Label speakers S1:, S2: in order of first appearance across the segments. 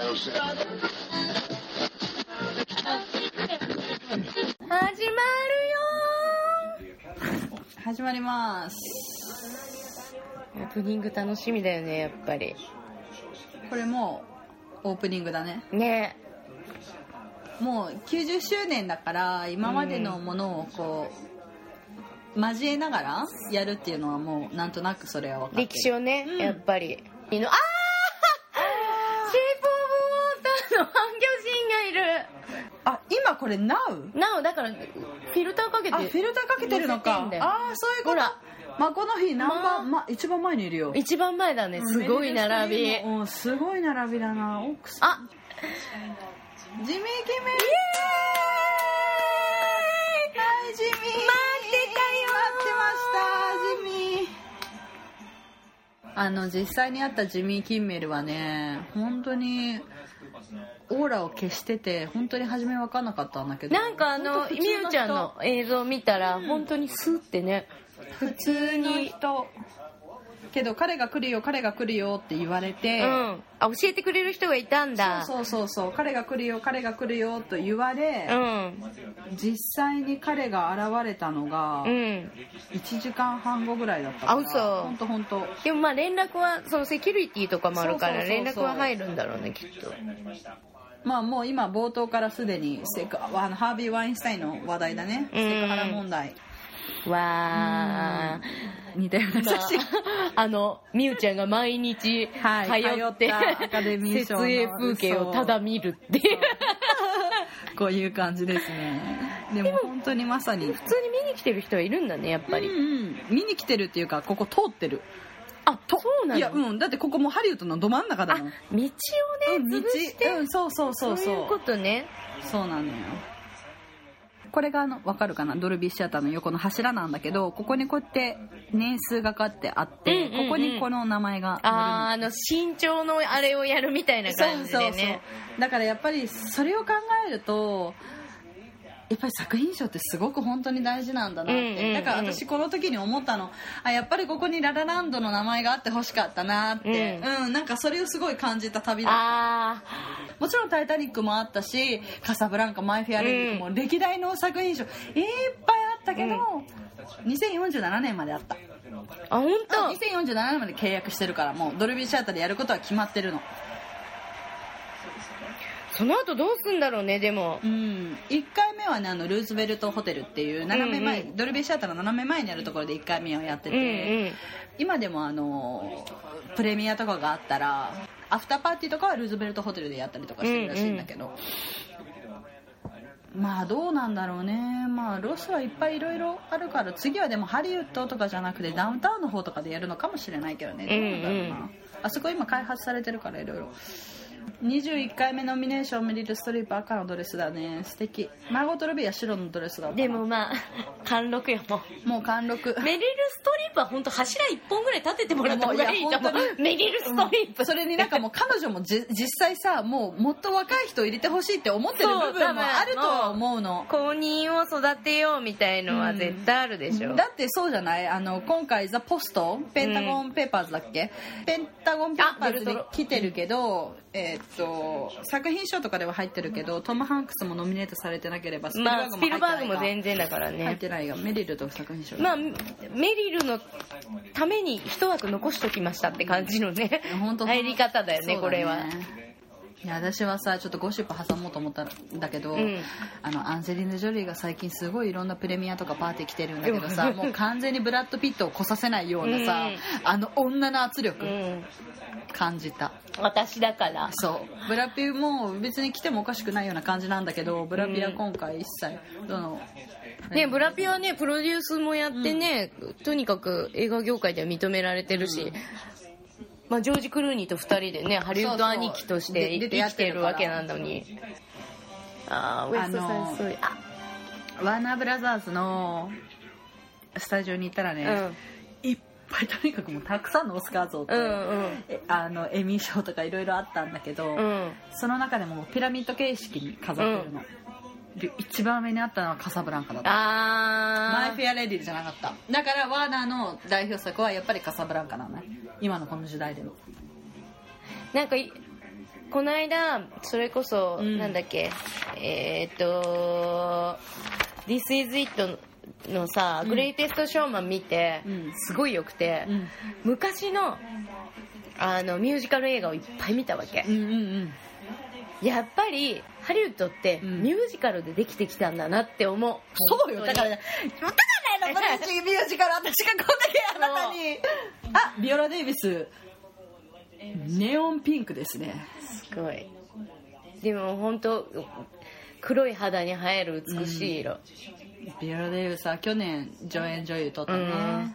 S1: 始まります。
S2: オープニング楽しみだよね、やっぱり。
S1: これもうオープニングだね。
S2: ね。
S1: もう90周年だから今までのものをこう交えながらやるっていうのはもうなんとなくそれは分かってる。
S2: 歴史をね、やっぱり。シェイプオブウォーターの半魚人がいる。
S1: あ、今これ Now
S2: だからフィルターかけて。
S1: あ、フィルターかけてるのか。あ、そういうこと。
S2: ほら、
S1: この日一番前にいるよ。
S2: 一番前だね。すごい並び。
S1: すごい並びだな。奥さん。
S2: あ、
S1: ジミーキメイ。イエーイ。はい、ジミー。
S2: 待って
S1: たよ。待ってました、ジミー。実際に会ったジミー・キンメルはね、本当にオーラを消してて、本当に初め分かんなかったんだけど、
S2: なんかみゆちゃんの映像見たら、本当にスーってね、普通に
S1: 人けど彼が来るよって言われて、
S2: あ、教えてくれる人がいたんだ。
S1: そう彼が来るよと言われ、実際に彼が現れたのが1時間半後ぐらいだったから。
S2: 嘘。
S1: 本当。
S2: でも連絡はそのセキュリティとかもあるから連絡は入るんだろうね、きっと。
S1: もう今冒頭からすでにハービー・ワインスタインの話題だね。セクハラ問題。
S2: わー、
S1: 似たような写真。
S2: みゆちゃんが毎日通って
S1: アカデミー賞の
S2: 設営風景をただ見るっていう
S1: こういう感じですね。でも本当にまさに
S2: 普通に見に来てる人はいるんだね、やっぱり。
S1: 見に来てるっていうか、ここ通ってる。
S2: そうなの？
S1: いや、だってここもハリウッドのど真ん中だもん。
S2: 道をね、潰して。そういうことね。
S1: そうなのよ。これがわかるかな、ドルビーシアターの横の柱なんだけど、ここにこうやって年数がかってあって、ここにこの名前が載るの。
S2: 身長のあれをやるみたいな感じでね。
S1: だからやっぱりそれを考えると、やっぱり作品賞ってすごく本当に大事なんだなって、だから私この時に思ったの、やっぱりここにララランドの名前があってほしかったなって、なんかそれをすごい感じた旅だった。もちろんタイタニックもあったし、カサブランカ、マイ・フェア・レディも歴代の作品賞いっぱいあったけど、2047年まであった。
S2: あ、本当
S1: ？2047年まで契約してるから、もうドルビーシアターでやることは決まってるの。
S2: その後どうすんだろうね。でも
S1: 1回目はね、ルーズベルトホテルっていう斜め前、ドルビーシアターの斜め前にあるところで1回目をやってて、今でもプレミアとかがあったらアフターパーティーとかはルーズベルトホテルでやったりとかしてるらしいんだけど、どうなんだろうね。ロスはいっぱいいろいろあるから、次はでもハリウッドとかじゃなくてダウンタウンの方とかでやるのかもしれないけどね。どうなんだろうな。あそこ今開発されてるからいろいろ。21回目ノミネーション、メリル・ストリープ赤のドレスだね、素敵。マーゴット・ロビーは白のドレスだった。
S2: でも貫禄よ。もう
S1: 貫禄。
S2: メリル・ストリープは本当柱1本ぐらい立ててもらった方がいいと思う。メリル・ストリープ、
S1: それになんかもう彼女も実際さ、もっと若い人を入れてほしいって思ってる部分もあるとは思うの。
S2: 公認を育てようみたいのは絶対あるでしょ。
S1: だってそうじゃない。今回ザ・ポスト、ペンタゴン・ペーパーズだっけ、ペンタゴン・ペーパーズで来てるけど、作品賞とかでは入ってるけど、トム・ハンクスもノミネートされてなければ、
S2: スピルバーグも全然だからね。
S1: 入ってないが、メリルと作品賞。
S2: メリルのために一枠残しときましたって感じのね、入り方だよね、これは。
S1: いや、私はさ、ちょっとゴシップ挟もうと思ったんだけど、アンジェリーヌ・ジョリーが最近すごいいろんなプレミアとかパーティー来てるんだけどさ、もう完全にブラッド・ピットを来させないようなさ、女の圧力、感じた。
S2: 私だから
S1: そうブラピも別に来てもおかしくないような感じなんだけど、ブラピは今回一切
S2: ブラピはねプロデュースもやってね、とにかく映画業界では認められてるし、ジョージ・クルーニーと2人でねハリウッド兄貴として生きてるわけなのに、ウエストサイドストーリー、
S1: ワーナーブラザーズのスタジオに行ったらね、いっぱいとにかくもうたくさんのオスカー像と、エミー賞とかいろいろあったんだけど、その中でもピラミッド形式に飾ってるの、一番上にあったのはカサブランカだった。マイ・フェア・レディじゃなかった。だからワーナーの代表作はやっぱりカサブランカなのね、今のこの時代でも。
S2: なんかこの間それこそ、なんだっけThis is It のさ、グレイテストショーマン見て、すごい良くて、昔のミュージカル映画をいっぱい見たわけ、やっぱりハリウッドってミュージカルでできてきたんだなって思う。
S1: そうよ、だからね、分かんないの、これミュージカル、私がこんだけあなたに。ビオラ・デイビス、ネオンピンクですね。
S2: すごい。でも本当黒い肌に映える美しい色、
S1: ビオラ・デイビスは去年助演女優取ったね。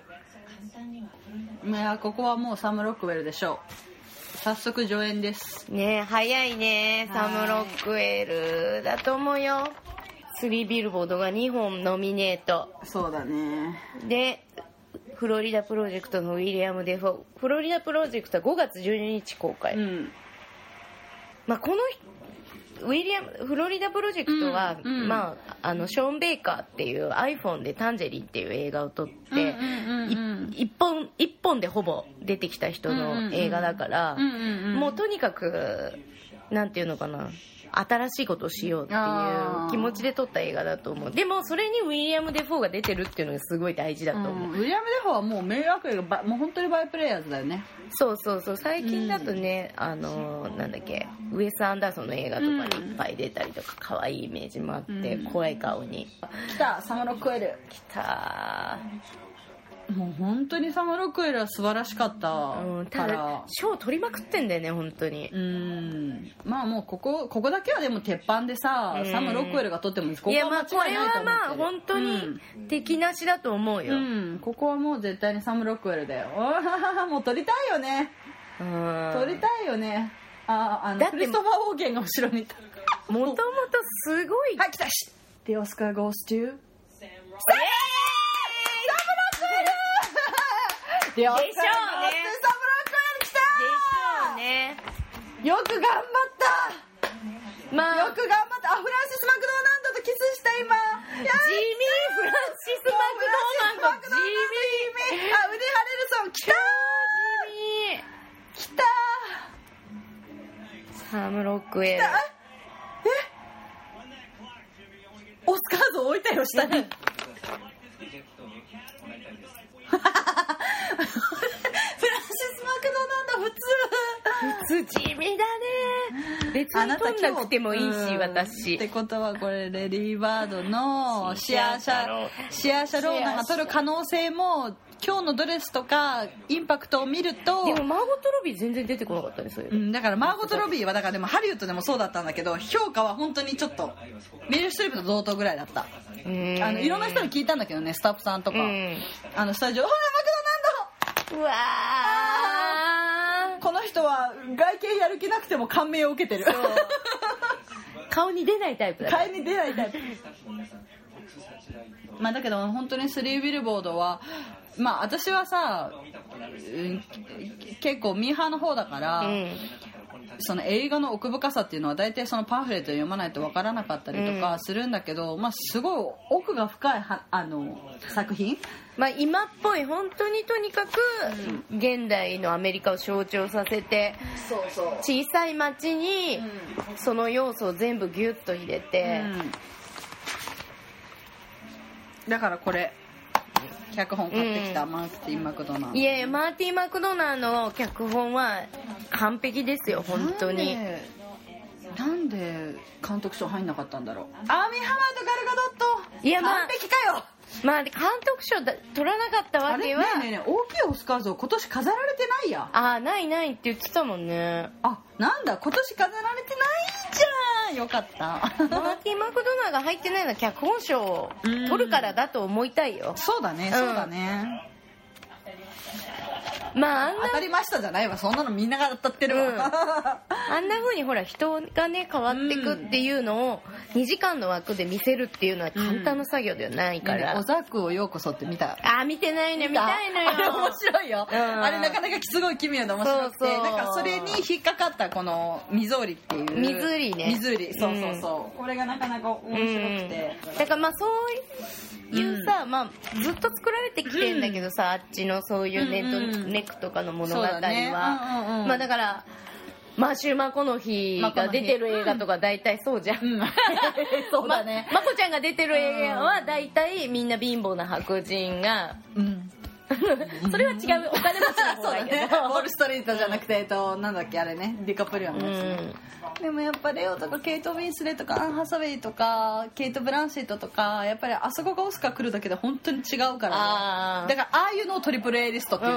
S1: いや、ここはもうサム・ロックウェルでしょう。早速助演です
S2: ね。早いね。サム・ロックウェルだと思うよ。3ビルボードが2本ノミネート。
S1: そうだね。で
S2: フロリダプロジェクトのウィリアム・デフォー。フロリダプロジェクトは5月12日公開、まあ、このフロリダプロジェクトは、まあ、ショーン・ベイカーっていう iPhone でタンジェリンっていう映画を撮って、一本でほぼ出てきた人の映画だから、もうとにかくなんていうのかな、新しいことをしようっていう気持ちで撮った映画だと思う。でもそれにウィリアム・デフォーが出てるっていうのがすごい大事だと思う、
S1: ウィリアム・デフォーはもう迷惑映画、もう本当にバイプレイヤーズだよね。
S2: そうそうそう。最近だとね、なんだっけ、ウエス・アンダーソンの映画とかにいっぱい出たりとか、可愛いイメージもあって、怖い顔に
S1: 来た。サム・ロックウェル
S2: 来た。
S1: もう本当にサム・ロックウェルは素晴らしかったから、
S2: ただ賞取りまくってんだよね本当に。
S1: まあもうここだけはでも鉄板でさ、サム・ロックウェルが取ってもここは間違いないと思ってる。
S2: いや、まあこれはまあ本当に敵なしだと思うよ、
S1: ここはもう絶対にサム・ロックウェルだよ。もう取りたいよね。取りたいよね。だってクリストファー・ウォーゲンが後ろにいた。
S2: もともとすごい。
S1: はい、来たし。The Oscar goes toでしょうね。サム・ロックウェル来た。でし
S2: ょうね。
S1: よく頑張った。まあ、よく頑張った。フランシス・マクドナルドとキスした今。
S2: ジミー・フランシス・マクドナルド。ジミー。
S1: ウディ・ハレルソン来た。ジミー。来た。
S2: サム・ロックウェル。
S1: オスカーズ置いたよ下に。フランシス・マクドナルド
S2: 普通地味だね。別に取んなくてもいいし、私
S1: ってことはこれレディー・バードのシアーシャ・ローナが取る可能性も、今日のドレスとかインパクトを見ると。
S2: でもマーゴット・ロビー全然出てこなかったね、そういう
S1: だからマーゴット・ロビーはだからでもハリウッドでもそうだったんだけど、評価は本当にちょっとメリル・ストリップと同等ぐらいだった。いろんな人に聞いたんだけどね、スタッフさんとか、スタジオ、ほらマクドナルド、うわこの人は外見やる気なくても感銘を受けてる。
S2: 顔に出ないタイプだ、
S1: 顔に出ないタイプ。まあだけど本当に3ビルボードは、まあ私はさ、結構ミーハーの方だから、その映画の奥深さっていうのは大体そのパンフレットを読まないと分からなかったりとかするんだけど、まあすごい奥が深い作品、
S2: まあ今っぽい、本当にとにかく現代のアメリカを象徴させて、小さい町にその要素を全部ギュッと入れて、だ
S1: からこれ脚本買ってきた、マーティン・マクドナー。
S2: いやいや、マーティン・マクドナーの脚本は完璧ですよ本当に。
S1: なんで監督賞入んなかったんだろう。アーミー・ハマード・ガルガドット、
S2: いや、
S1: 完璧かよ。
S2: まあ監督賞取らなかったわけは、
S1: あれねえ大きいオスカー像今年飾られてないや。
S2: ないって言ってたもんね。
S1: なんだ今年飾られてないじゃん。よかった。
S2: マーティン・マクドナーが入ってないのは脚本賞を取るからだと思いたいよ。
S1: そうだね、そうだね。
S2: まあ
S1: 当たりましたじゃないわ、そんなのみんなが当たってるわ、
S2: あんな風にほら人がね変わってくっていうのを2時間の枠で見せるっていうのは簡単な作業ではないから、
S1: オザックをようこそって見た？
S2: 見てないね、見たいのよ。
S1: あれ面白いよ、あれなかなかすごい奇妙で面白くて、なんかそれに引っかかったこのミゾーリっていう
S2: ミズーリね、
S1: ミズーリ、そうそうそう、これがなかなか面白くて、だ
S2: からまあそういうさ、まあずっと作られてきてんだけどさ、あっちのそういうネックとかの物語は、まあだからマシューマコの日が出てる映画とか大体そうじゃん、
S1: そうだね、
S2: まこちゃんが出てる映画は大体みんな貧乏な白人が、それは違うお金持ちの方がいいけど、
S1: ウォールストリートじゃなくて、なんだっけあれね、ディカプリオのやつね、でもやっぱレオとかケイト・ウィンスレットとかアン・ハサウェイとかケイト・ブランシェットとか、やっぱりあそこがオスカー来るだけで本当に違うから、ね、だからああいうのをトリプル A リストっていう、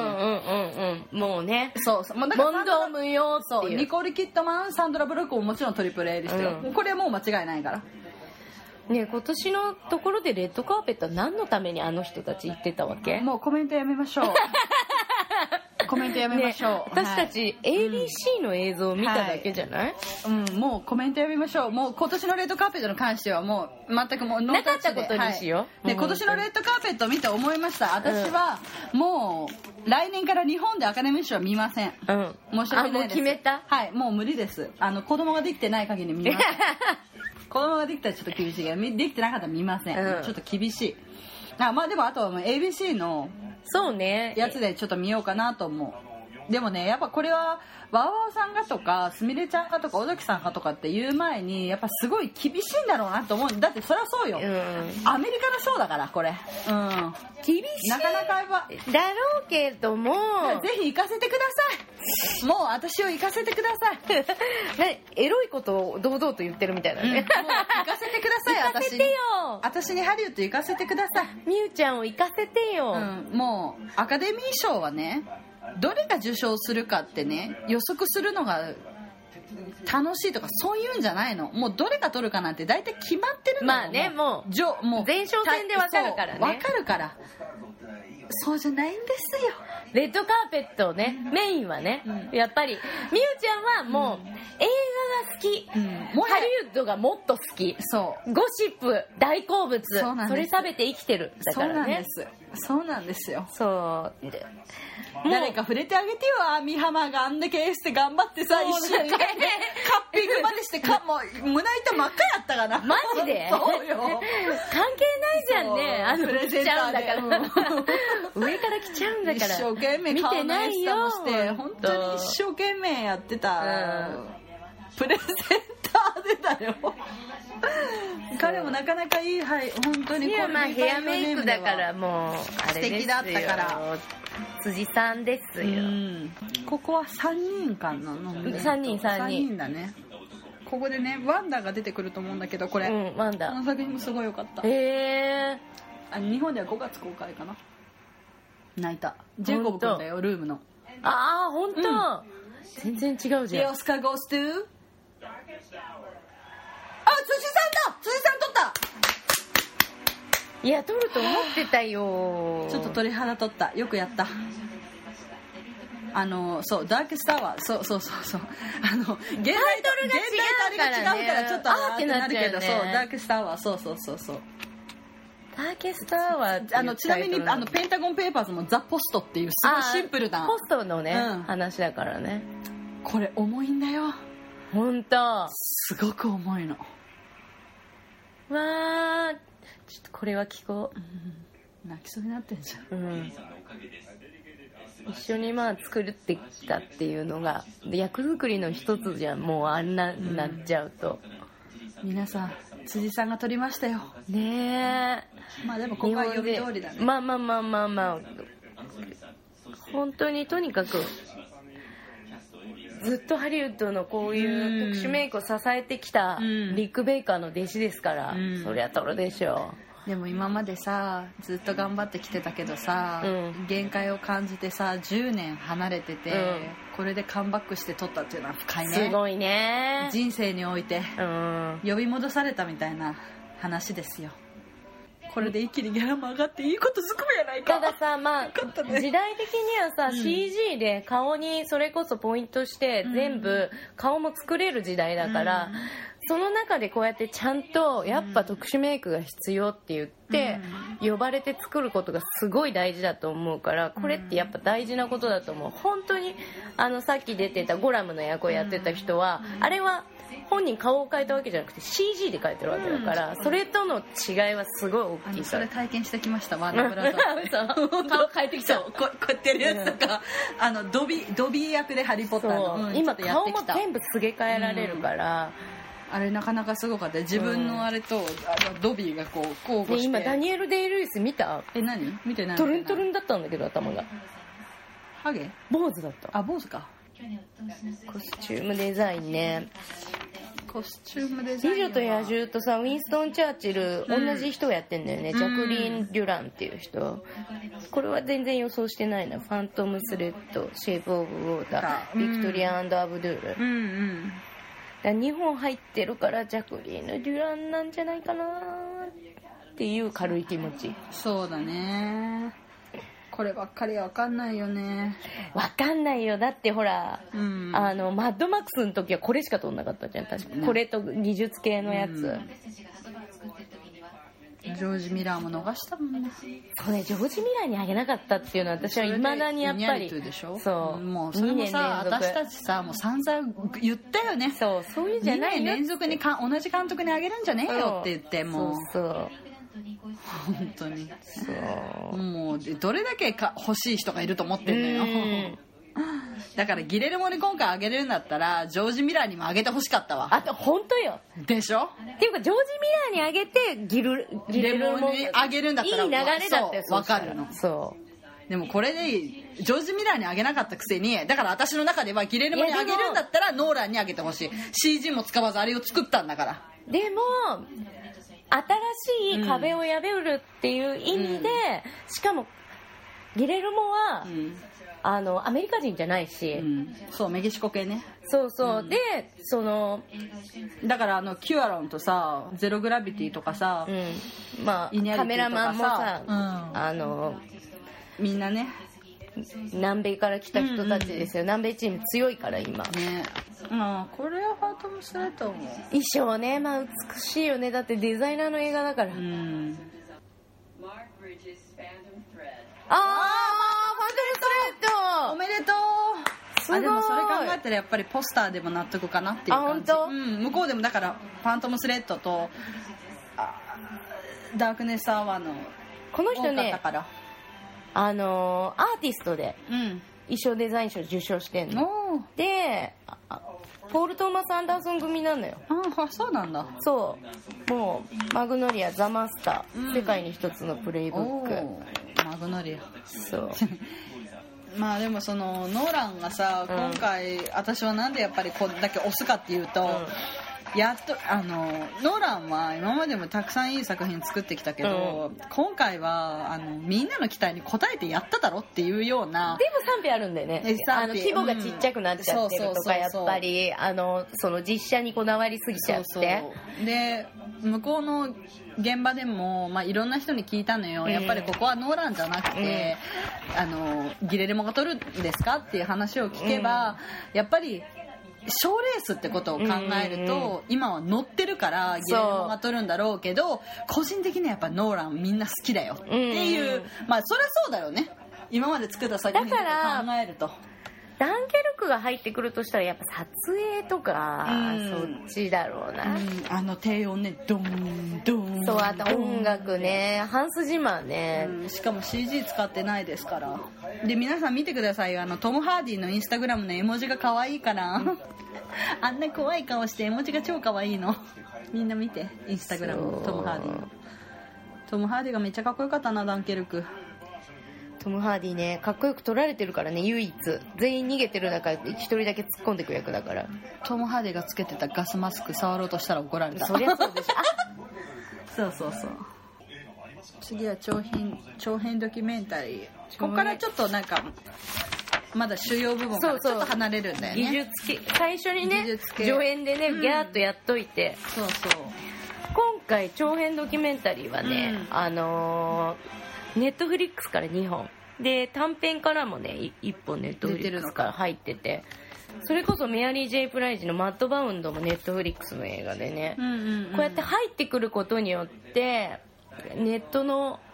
S2: もうね、
S1: そうもうだ
S2: から問答無用っていう、
S1: ニコール・キッドマン、サンドラ・ブロックももちろんトリプル A リストよ、これはもう間違いないから
S2: ね。今年のところでレッドカーペットは何のためにあの人たち行ってたわけ？
S1: もうコメントやめましょうコメントやめましょう、ね、
S2: 私たち ABC の映像を見ただけじゃない？
S1: もうコメントやめましょう。もう今年のレッドカーペットに関してはもう全くもうノータッチで
S2: なかったことにしよう、
S1: で今年のレッドカーペットを見て思いました。私はもう来年から日本でアカデミー賞は見ません、申し訳ないです。
S2: もう決めた？
S1: はい、もう無理です。子供ができてない限り見ません子供ができたらちょっと厳しいけど、できてなかったら見ません、ちょっと厳しい。まあでもあとはもう ABC の
S2: そうね
S1: やつでちょっと見ようかなと思う。でもね、やっぱこれはワーワーさんがとかすみれちゃんがとか尾崎さんがとかって言う前にやっぱすごい厳しいんだろうなと思う。だってそりゃそうよ、アメリカのショーだからこれ、
S2: 厳しい
S1: なかなかやっぱ
S2: だろうけども、
S1: ぜひ行かせてくださいもう私を行かせてください
S2: エロいことを堂々と言ってるみたいなね、
S1: もう行かせてください
S2: 行かせてよ、
S1: 私にハリウッド行かせてください。
S2: みゆちゃんを行かせてよ、
S1: もうアカデミー賞はね、どれが受賞するかってね予測するのが楽しいとかそういうんじゃないの。もうどれが取るかなんて大体決まってるのよ。
S2: まあね、もう前哨戦で分かるからね。
S1: 分かるから。そうじゃないんですよ。
S2: レッドカーペットね、メインはね、やっぱりみゆちゃんはもう映画が好き、ハリウッドがもっと好き、そうゴシップ大好物、それ食べて生きてるだからね。
S1: そうなんですよ。
S2: そうで
S1: 誰か触れてあげてよ。アーミーハマーがあんだけエースで頑張ってさ、一生懸命カッピングまでしてもう胸板真っ赤やったかな。
S2: マジで
S1: そうよ。
S2: 関係ないじゃんね、
S1: プレゼンターで
S2: 来ちゃうんだから上から来ちゃうんだから
S1: 一生懸命顔のエスタもして本当に一生懸命やってた、プレゼンターでだよ彼もなかなかいい、はい本当に。
S2: いやまあヘアメイクだからもうあれですよ、
S1: 素敵だったから
S2: 辻さんですよ。
S1: ここは3人かなの
S2: 3人
S1: だね。ここでねワンダが出てくると思うんだけど、これ、
S2: ワンダ
S1: この作品もすごい良かった。日本では5月公開かな。泣いた。ジェイコブ君だよ、ルームの。
S2: ああ本当、全然違うじゃん。
S1: オスカーゴーストゥ辻さん撮った。
S2: いや撮ると思ってたよ。
S1: ちょっと鳥肌取った。よくやった。そうダークスターはそう現代と
S2: タイトルが違うから
S1: ちょっとってなるけど、そうダークスターはそう
S2: ダークスターは
S1: ちなみにペンタゴンペーパーズもザ・ポストっていうすごいシンプルな
S2: ポストのね、話だからね。
S1: これ重いんだよ。
S2: 本当
S1: すごく重いの。
S2: わーちょっとこれは聞こ
S1: う、泣きそうになってんじゃん。
S2: 一緒に作ってきたっていうのが役作りの一つじゃん。もうあんなになっちゃうと、
S1: 皆さん辻さんが撮りましたよ
S2: ね。
S1: まあでもここは読み通りだね。
S2: まあ本当にとにかくずっとハリウッドのこういう特殊メイクを支えてきたリック・ベイカーの弟子ですから、そりゃ撮るでしょう。
S1: でも今までさずっと頑張ってきてたけどさ、限界を感じてさ10年離れてて、これでカムバックして撮ったっていうのは深いね。
S2: すごいね。
S1: 人生において、呼び戻されたみたいな話ですよ。これで一気にギャラも上がっていいことずくめやないか。
S2: たださ、時代的にはさ、CG で顔にそれこそポイントして全部顔も作れる時代だから、その中でこうやってちゃんとやっぱ特殊メイクが必要って言って呼ばれて作ることがすごい大事だと思うから、これってやっぱ大事なことだと思う。本当にさっき出てたゴラムの役をやってた人は、あれは本人顔を変えたわけじゃなくて CG で変えてるわけだから、それとの違いはすごい大きい。
S1: それ体験してきました、ワーナーブラザーズ
S2: 顔変えてきた。
S1: そう、こうやってるやつとか、ドビー役でハリーポッターの、
S2: 今顔も全部すげ替えられるから、
S1: あれなかなかすごかった。自分のあれとドビーがこう交互して、
S2: 今ダニエル・デイ・ルイス見た？
S1: 何見てない。
S2: トルントルンだったんだけど、頭が
S1: ハゲ？
S2: 坊主だった。
S1: 坊主か。
S2: コスチュームデザインね。
S1: コスチュームデザイン。
S2: 美女と野獣とさ、ウィンストン・チャーチル、同じ人をやってんだよね。ジャクリーン・デュランっていう人。これは全然予想してないな。ファントム・スレッド、シェイプ・オブ・ウォーター、ビクトリア・アンド・アブドゥール。2本入ってるからジャクリーンのデュランなんじゃないかなっていう軽い気持ち。
S1: そうだね。こればっかりは分かんないよね。
S2: 分かんないよ。だってほら、マッドマックスの時はこれしか撮んなかったじゃん、確か。これと技術系のやつ。
S1: ジョージ・ミラーも逃したもんね。
S2: そうね、ジョージ・ミラーにあげなかったっていうのは私は未だにやっぱり。
S1: そう。もうそれもさ、私たちさ、もう散々言ったよね。
S2: そういうんじゃないよ。
S1: 2年連続に同じ監督にあげるんじゃねえよって言って、もう。そう本当に。もうどれだけ欲しい人がいると思ってんのよ。だからギレルモに今回あげれるんだったらジョージ・ミラーにもあげてほしかったわ。
S2: あと本当よ。
S1: でしょ。
S2: っていうかジョージ・ミラーにあげてギレルモに
S1: あげるんだったら
S2: いい流れだったよ。
S1: 分かるの。そうでもこれでジョージ・ミラーにあげなかったくせに、だから私の中ではギレルモにあげるんだったらノーランにあげてほしい。 CG も使わずあれを作ったんだから。
S2: でも新しい壁を破るっていう意味で、しかもギレルモは、アメリカ人じゃないし、
S1: そうメキシコ系ね。
S2: そうで
S1: だからキュアロンとさゼログラビティとかさ、
S2: まあカメラマンもさ、
S1: みんなね
S2: 南米から来た人たちですよ。南米チーム強いから今
S1: ね。これはファントムスレッドも
S2: 衣装ね、まあ美しいよね。だってデザイナーの映画だから。ファントムスレッド
S1: おめでとう。でもそれ考えたらやっぱりポスターでも納得かなっていう感じ。向こうでもだからファントムスレッドとダークネスアワーの
S2: この人ね、
S1: だから
S2: アーティストで衣装デザイン賞受賞してんの。でポール・トーマス・アンダーソン組なのよ。
S1: そうなんだ。
S2: そうもうマグノリア、ザ・マスター、世界に一つのプレイブック。
S1: マグノリア。
S2: そう
S1: まあでもそのノーランがさ、今回私はなんでやっぱりこれだけ推すかっていうと、やっとノーランは今までもたくさんいい作品作ってきたけど、今回はみんなの期待に応えてやっただろっていうような。
S2: でも賛否あるんだよね。規模がちっちゃくなっちゃってるとか、やっぱりその実写にこだわりすぎちゃって。
S1: で向こうの現場でも、いろんな人に聞いたのよ。やっぱりここはノーランじゃなくて、ギレルモが撮るんですかっていう話を聞けば、やっぱり賞レースってことを考えると、今は乗ってるからギレルモが撮るんだろうけど、個人的にはやっぱノーランみんな好きだよっていう、そりゃそうだよね。今まで作った作品と考えると。
S2: ダンケルクが入ってくるとしたらやっぱ撮影とか、そっちだろうな。
S1: 低音ね、ドンドン。
S2: そう、あと音楽ね、ハンス・ジマーね、
S1: しかも CG 使ってないですから。で皆さん見てくださいよ、トム・ハーディのインスタグラムの絵文字が可愛いからあんな怖い顔して絵文字が超可愛いの。みんな見てインスタグラムトム・ハーディの。トム・ハーディがめっちゃかっこよかったな、ダンケルク。
S2: トム・ハーディね、かっこよく撮られてるからね、唯一全員逃げてる中一人だけ突っ込んでく役だから。
S1: トム・ハーディがつけてたガスマスク触ろうとしたら怒られた。
S2: そりゃそうでしょ
S1: そう次は長編ドキュメンタリー。ここからちょっとなんかまだ主要部分からちょっと離れるんだよね。
S2: 技術系最初にね、助演でね、ギャーッとやっといて、今回長編ドキュメンタリーはね、ネットフリックスから2本で、短編からもね1本ネットフリックスから入ってて、それこそメアリー・ジェイ・プライジのマッドバウンドもネットフリックスの映画でね、こうやって入ってくることによってネットの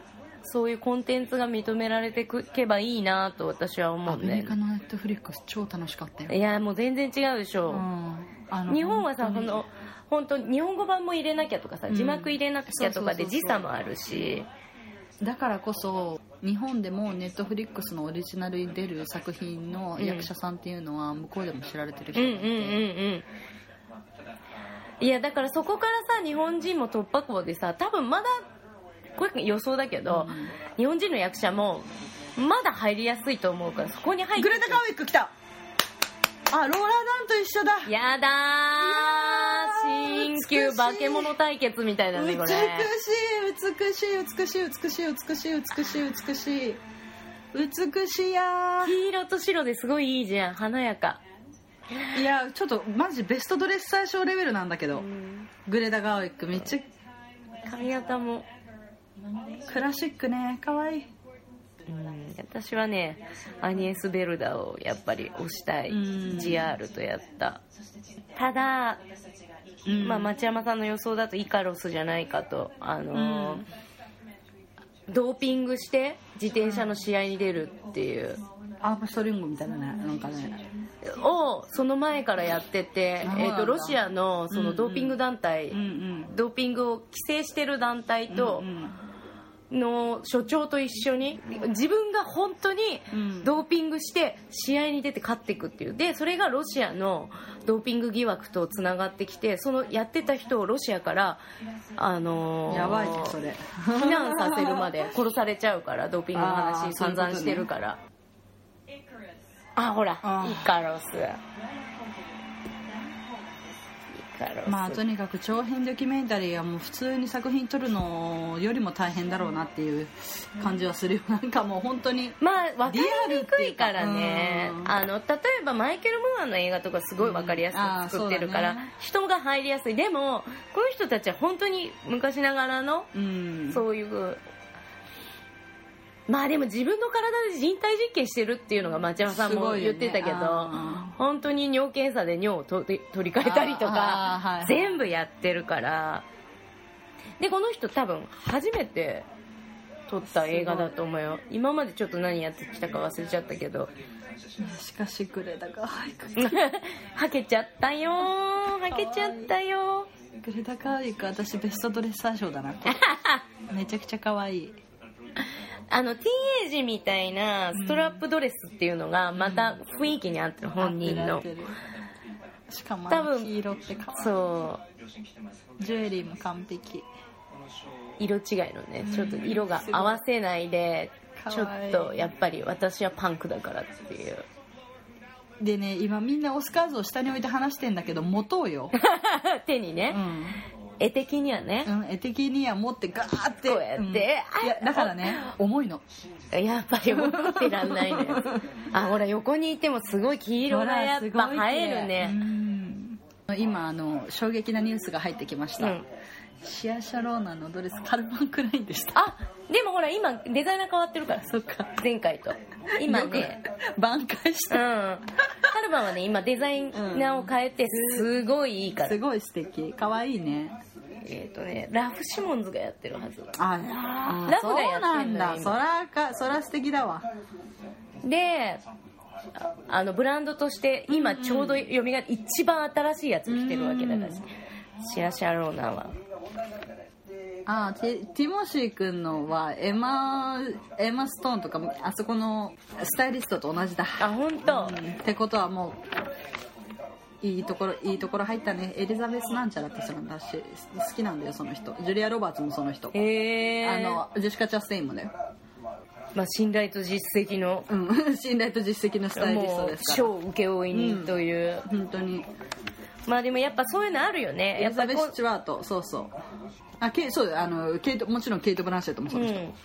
S2: そういうコンテンツが認められていけばいいなと私は思うんで、
S1: アメリカのネットフリックス超楽しかったよ。
S2: いやもう全然違うでしょ、日本はさ本当に日本語版も入れなきゃとかさ、字幕入れなきゃとかで時差もあるし、
S1: だからこそ日本でもネットフリックスのオリジナルに出る作品の役者さんっていうのは向こうでも知られてる人がいて、
S2: いやだからそこからさ日本人も突破口でさ、多分まだこれ予想だけど、日本人の役者もまだ入りやすいと思うから、そこに入って。
S1: グレタ・ガーウィック来た。あ、ローラーダンと一緒だ。
S2: やだー、新旧化け物対決みたいなねこれ。
S1: 美しいやー。
S2: 黄色と白ですごいいいじゃん、華やか。
S1: いやちょっとマジベストドレッサー賞レベルなんだけど、グレタ・ガーウィックめっちゃ
S2: 髪型も
S1: クラシックね、かわいい。
S2: 私はねアニエス・ベルダをやっぱり推したい。GR とやった。ただ、町山さんの予想だとイカロスじゃないかと、ドーピングして自転車の試合に出るっていう
S1: アームストリングみたいなね、なんかね
S2: をその前からやってて、ロシアのそのドーピング団体、ドーピングを規制してる団体との所長と一緒に自分が本当にドーピングして試合に出て勝っていくっていう。でそれがロシアのドーピング疑惑とつながってきて、そのやってた人をロシアから
S1: やばいねそれ
S2: 避難させるまで殺されちゃうから、ドーピングの話散々してるから。ほらイカロス。
S1: まあとにかく長編ドキュメンタリーはもう普通に作品撮るのよりも大変だろうなっていう感じはするよ。なんかもう本当に
S2: 分かりにくいからね。例えばマイケル・ムーアの映画とかすごい分かりやすく作ってるから、人が入りやすい。でもこの人たちは本当に昔ながらのそういうでも自分の体で人体実験してるっていうのが町山さんも言ってたけど、本当に尿検査で尿を取り替えたりとか全部やってるから。でこの人多分初めて撮った映画だと思うよ。今までちょっと何やってきたか忘れちゃったけど。
S1: しかしグレタが
S2: はけちゃったよはけちゃったよ。
S1: グレタガーウィック私ベストドレッサー賞だなめちゃくちゃ可愛い。
S2: ティーンエイジみたいなストラップドレスっていうのがまた雰囲気に合ってる、本人の。
S1: しかも黄色って可愛い。そうジュエリーも完璧。
S2: 色違いのね、ちょっと色が合わせないで、ちょっとやっぱり私はパンクだからっていう。
S1: でね、今みんなオスカーズを下に置いて話してんだけど持とうよ
S2: 手にね、絵的にはね、
S1: 絵的には持ってガーって
S2: こうやって、
S1: いやだからね重いの
S2: やっぱり持ってらんないねほら横にいてもすごい黄色がやっぱ映えるね。
S1: 今衝撃なニュースが入ってきました、シア・シャローナのドレスカルバン・クラインでした。
S2: でもほら今デザイナー変わってるから。
S1: そっか、
S2: 前回と今ね
S1: 挽回した、
S2: カルバンはね今デザイナーを変えてすごいいいから、
S1: すごい素敵、可愛いね。
S2: ラフ・シモンズがやってるはず。
S1: ラフがやってんだ。そら素敵だわ。
S2: でブランドとして今ちょうど蘇る一番新しいやつを着てるわけだから、シア・シャローナは。
S1: ティモシー君のはエマストーンとかあそこのスタイリストと同じだ。
S2: 本当、
S1: ってことはもういいところ入ったね。エリザベスなんちゃらって人なんだし、好きなんだよその人。ジュリア・ロバーツもその人。ジェシカ・チャステインもだよ。
S2: 信頼と実績の
S1: 信頼と実績のスタイリストですから、
S2: もう賞請負人という、
S1: 本当に。
S2: でもやっぱそういうのあるよね。
S1: エリザベス・スチュワート、そうそう。そうケイト、もちろんケイト・ブランシェットもそうですけ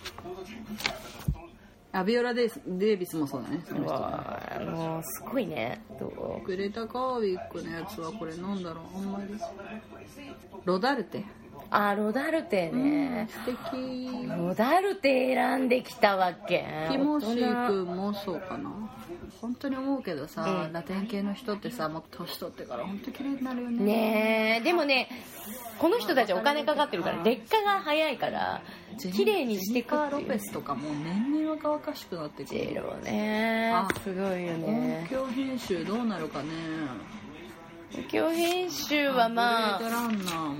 S1: ど、ビオラ・デイビスもそうだね。その人
S2: もうすごいね。
S1: グレタ・ガーウィックのやつはこれなんだろう、あんまり。ロダルテ。
S2: ロダルテね、
S1: 素敵。
S2: ロダルテ選んできたわけ。
S1: ティモシー君もそうかな。本当に思うけどさ、ラテン系の人ってさ、もう年取ってから本当綺麗になるよね。
S2: でもねこの人たちお金かかってるから劣化が早いから綺麗にしてくっていう。
S1: ジェニファー・ロペスとかもう年々若々しくなってくる。
S2: ジェロねすごいよね。
S1: 音響編集どうなるかね。
S2: 音響編集はまあ
S1: ブレードランナーも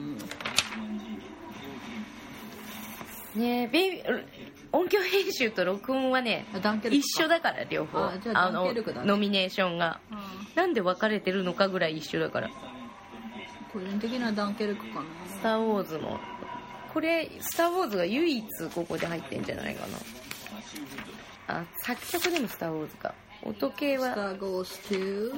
S2: ね音響編集と録音はね一緒だから両方
S1: じゃあダンケルクだね
S2: ノミネーションがなんで分かれてるのかぐらい一緒だから。
S1: 個人的なダンケルクかな。
S2: スターウォーズもこれスターウォーズが唯一ここで入ってんじゃないかな。作曲でもスターウォーズか。音系は
S1: スターゴーストゥ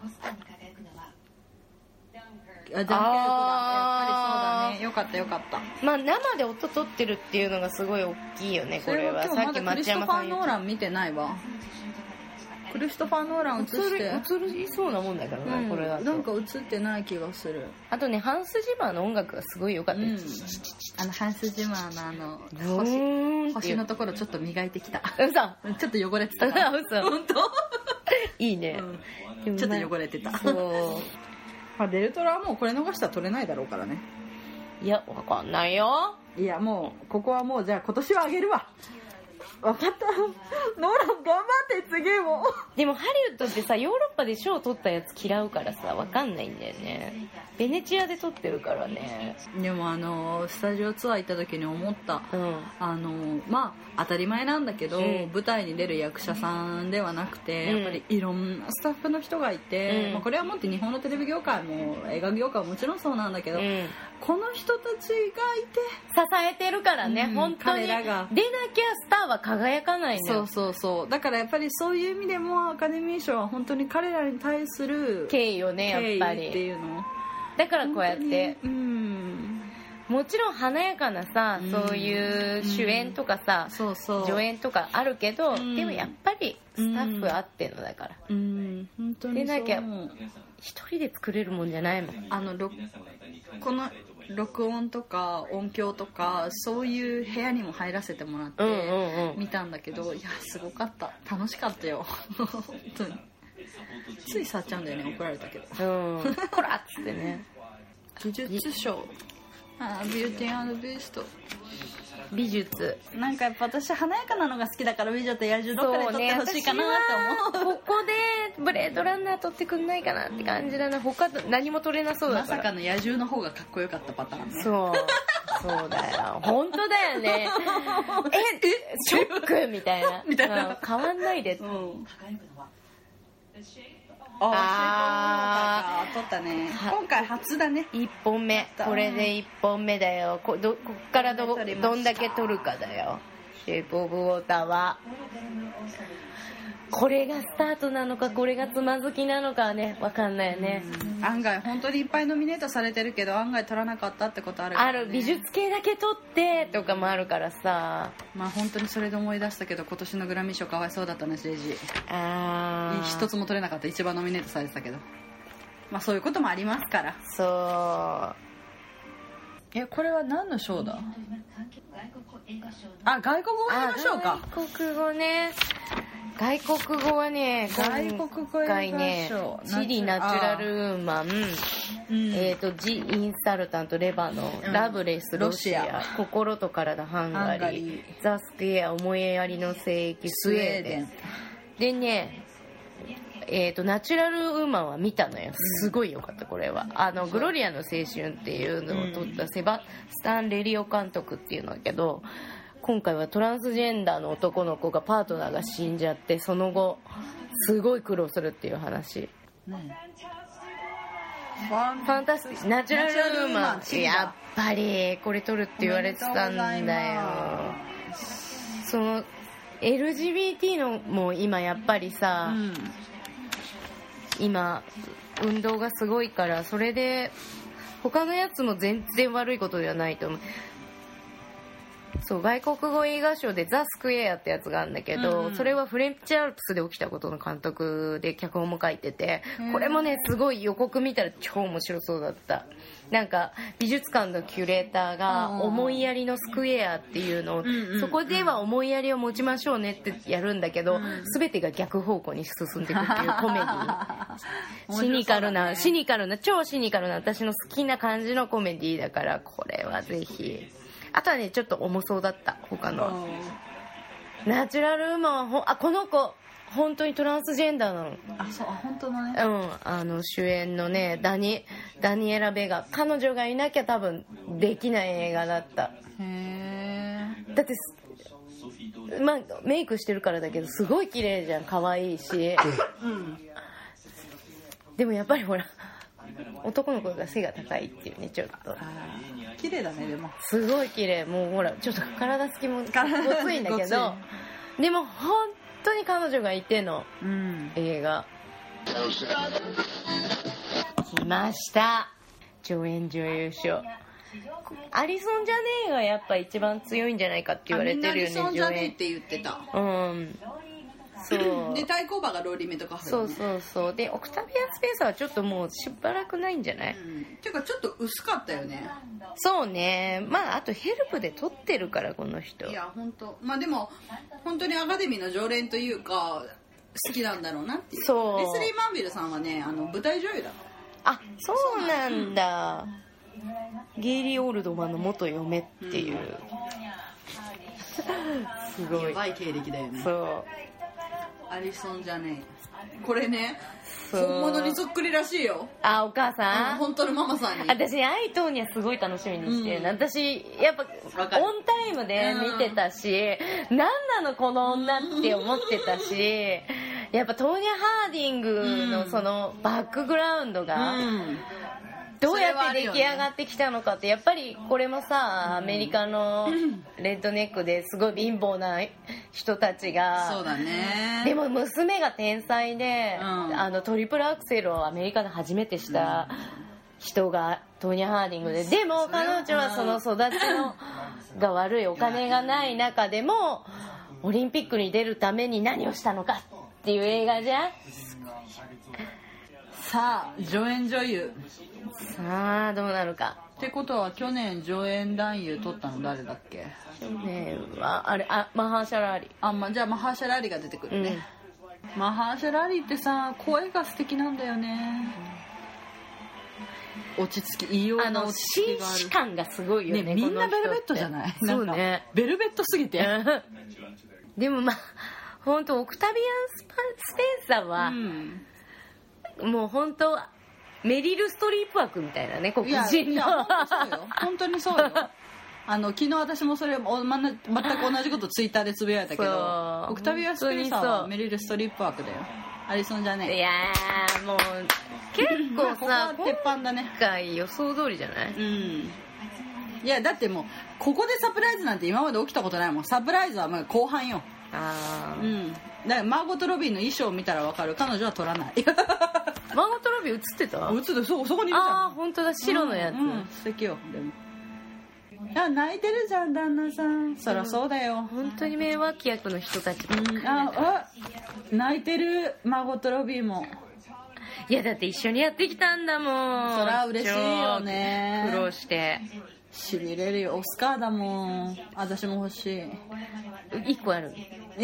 S1: ダンケルクだ。やっぱりそうだね。よかったよかった。
S2: まあ生で音取ってるっていうのがすごい大きいよね。これはさっき町山さん言ってた。
S1: クリストファー・ノーラン見てないわ。クリストファー・ノーラン映して
S2: 映りそうなもんだからね、これだと
S1: なんか映ってない気がする。
S2: あとねハンス・ジマーの音楽がすごい良かったです、
S1: ハンス・ジマーの星のところちょっと磨いてきた。
S2: 嘘
S1: ちょっと汚れてた。
S2: 嘘
S1: 本当
S2: いいね、
S1: ちょっと汚れてた。
S2: そう
S1: デルトラはもうこれ逃したら取れないだろうからね。
S2: いやわかんないよ。
S1: いやもうここはもうじゃあ今年はあげるわ。分かった。ノーラン頑張って次も。
S2: でもハリウッドってさヨーロッパで賞を取ったやつ嫌うからさ分かんないんだよね。ベネチアで撮ってるからね。
S1: でもスタジオツアー行った時に思った、まあ当たり前なんだけど、舞台に出る役者さんではなくて、やっぱりいろんなスタッフの人がいて、これはもって日本のテレビ業界も映画業界ももちろんそうなんだけど、この人たちがいて
S2: 支えてるからね、本当に出なきゃスターは輝かないのよ。
S1: そうだからやっぱりそういう意味でもアカデミー賞は本当に彼らに対する
S2: 敬意よね、やっぱり
S1: っていうの
S2: だからこうやって、もちろん華やかなさ、そういう主演とかさ、助演とかあるけど、でもやっぱりスタッフあってのだから、
S1: 本当に
S2: でなきゃ一人で作れるもんじゃないもん。
S1: この録音とか音響とかそういう部屋にも入らせてもらって見たんだけど、いやすごかった、楽しかったよ本当に。つい触っちゃうんだよね、怒られたけど
S2: こらっつってね。
S1: 美術賞、ビューティー&ビースト、
S2: 美術、
S1: なんかやっぱ私華やかなのが好きだから美女と野獣どっかで撮ってほしいかなって思う。
S2: ここでブレードランナー撮ってくんないかなって感じだな。他何も撮れなそうだから。
S1: まさかの野獣の方がかっこよかったパターンね。
S2: そうだよ、本当だよねショックみたいな変わんないで、
S1: 撮ったね。今回初だね。
S2: 1本目、これで1本目だよ。こっからどんだけ撮るかだよ。シェイプオブウォーターはこれがスタートなのか、これがつまずきなのかはね、分かんないよね。
S1: 案外本当にいっぱいノミネートされてるけど案外取らなかったってことあるからね。
S2: ある、美術系だけ撮ってとかもあるからさ。
S1: まあ本当にそれで思い出したけど、今年のグラミー賞かわいそうだったね、政治。一つも取れなかった。一番ノミネートされてたけど、まあそういうこともありますから。これは何の賞だ。外国語映画賞か。
S2: 外国語ね。外国語はね、今回ね、チリナチュラルウーマン、ジ・インサルタントレバノン、ラブレスロシア、心と体ハンガリー、ザ・スクエア思いやりの聖域スウェーデンでね、ナチュラルウーマンは見たのよ。すごい良かった。これはグロリアの青春っていうのを撮ったセバスタン・レリオ監督っていうんだけど、今回はトランスジェンダーの男の子がパートナーが死んじゃって、その後すごい苦労するっていう話。ファンタスティックナチュラルウーマン、やっぱりこれ撮るって言われてたんだよ。その LGBT のも今やっぱりさ、今運動がすごいから、それで他のやつも全然悪いことではないと思う。 そう外国語映画賞でザ・スクエアってやつがあるんだけど、それはフレンチアルプスで起きたことの監督で脚本も書いてて、これもねすごい予告見たら超面白そうだった。なんか美術館のキュレーターが思いやりのスクエアっていうのを、そこでは思いやりを持ちましょうねってやるんだけど、全てが逆方向に進んでいくっていうコメディシニカルな超シニカルな私の好きな感じのコメディだから、これはぜひ。あとはねちょっと重そうだった他のナチュラルウーマンはこの子本当にトランスジェンダーなの。
S1: そう本当のね。
S2: 主演のねダニエラ・ベガ、彼女がいなきゃ多分できない映画だった。へー。だってまあメイクしてるからだけどすごい綺麗じゃん、可愛いし、でもやっぱりほら男の子が背が高いっていうね、ちょっと
S1: 綺麗だね。でも
S2: すごい綺麗。もうほらちょっと体つきもごついんだけどでも本当に彼女がいての映画、来ました。助演女優賞。アリソン・ジャネーがやっぱ一番強いんじゃないかって言われてるよね。
S1: みんなアリソン・ジャネーって言ってた。
S2: そう
S1: で対抗馬がローリーメとか、ね、
S2: そうでオクタビア・スペンサーはちょっともうしばらくないんじゃない？
S1: っていうかちょっと薄かったよね。
S2: そうね。まああとヘルプで撮ってるからこの人。
S1: いや本当まあでも本当にアカデミーの常連というか好きなんだろうなっていう。そうレスリー・マンビルさんはね舞台女優だ。
S2: あ、そうなんだ。ゲイリー・オールドマンの元嫁っていう、すごい
S1: やばい経歴だよね。
S2: そう
S1: アリソンじゃねえこれね本物にそっくりらしいよ。
S2: あ、お母さん、
S1: 本当のママさんに。
S2: 私アイトーニャすごい楽しみにしてる、私やっぱオンタイムで見てたし、何なのこの女って思ってたし、やっぱトーニャ・ハーディングのそのバックグラウンドがどうやって出来上がってきたのかって、やっぱりこれもさ、アメリカのレッドネックですごい貧乏な人たちが、
S1: そうだね、
S2: でも娘が天才で、トリプルアクセルをアメリカで初めてした人がトーニャ・ハーディングで、でも彼女はその育ちが悪い、お金がない中でもオリンピックに出るために何をしたのかっていう映画じゃん。さ
S1: あ助演女優、
S2: さあどうなるか
S1: ってことは去年助演男優取ったの誰だっけ？
S2: 去年はあれ、マハーシャル・アリ。
S1: じゃあマハーシャル・アリが出てくるね、マハーシャル・アリってさ声が素敵なんだよね、落ち着き、異様な落ち着きがある、
S2: 紳士感がすごいよね。
S1: みんなベルベットじゃない？
S2: そうね、
S1: ベルベットすぎて
S2: でもまあ本当オクタビアン・スペンサーは、もう本当メリル・ストリープ枠みたいなね、黒人の。いや
S1: 本当にそうよ昨日私もそれ全く同じことツイッターでつぶやいたけど、オクタビア・スペンサーはメリル・ストリップ枠だよ。アリソンじゃねえ。
S2: いやーもう結構さ
S1: 鉄板だね。
S2: 今回予想通りじゃない？
S1: いやだってもうここでサプライズなんて今まで起きたことないもん。サプライズはもう後半よ。だからマーゴット・ロビーの衣装を見たら分かる。彼女は取らない
S2: マーゴット・ロビー映ってた？
S1: 映ってた、そこにいるじゃん。
S2: ああ本当だ、白のやつ、
S1: 素敵よ。でも泣いてるじゃん旦那さん。そりゃそうだよ。
S2: 本当に名脇役の人たち
S1: 泣いてるマーゴット・ロビーも。
S2: いやだって一緒にやってきたんだもん。
S1: そりゃ嬉しいよね。
S2: 苦労して
S1: しびれるよ。オスカーだもん。私も欲しい。
S2: 1個ある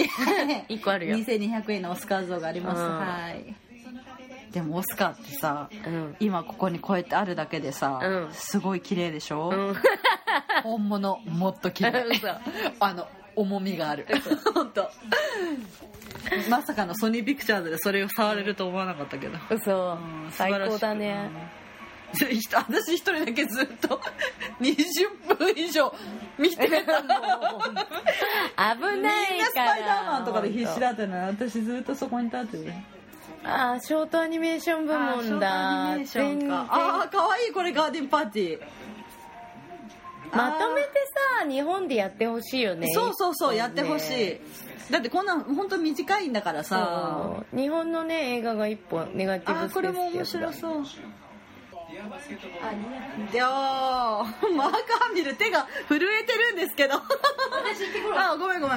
S2: 1個あるよ。
S1: 2200円のオスカー像があります、はい。でもオスカーってさ、今ここにこうやってあるだけでさ、すごい綺麗でしょ、本物もっと綺麗重みがある本当まさかのソニーピクチャーズでそれを触れると思わなかったけど、
S2: 最高だね。
S1: 私一人だけずっと20分以上見てたの。危ないからみんなスパイダーマンとかで必死だったの。私ずっとそこに立ってる。
S2: ショートアニメーション部門だ。
S1: かわいい。これガーデンパーティー
S2: まとめてさ日本でやってほしいよね。
S1: そうやってほしい。だってこんな本当短いんだからさ。
S2: 日本のね映画が一本ネガティブスペース。
S1: これも面白そう。 マーク・ハミル手が震えてるんですけどあ、ごめん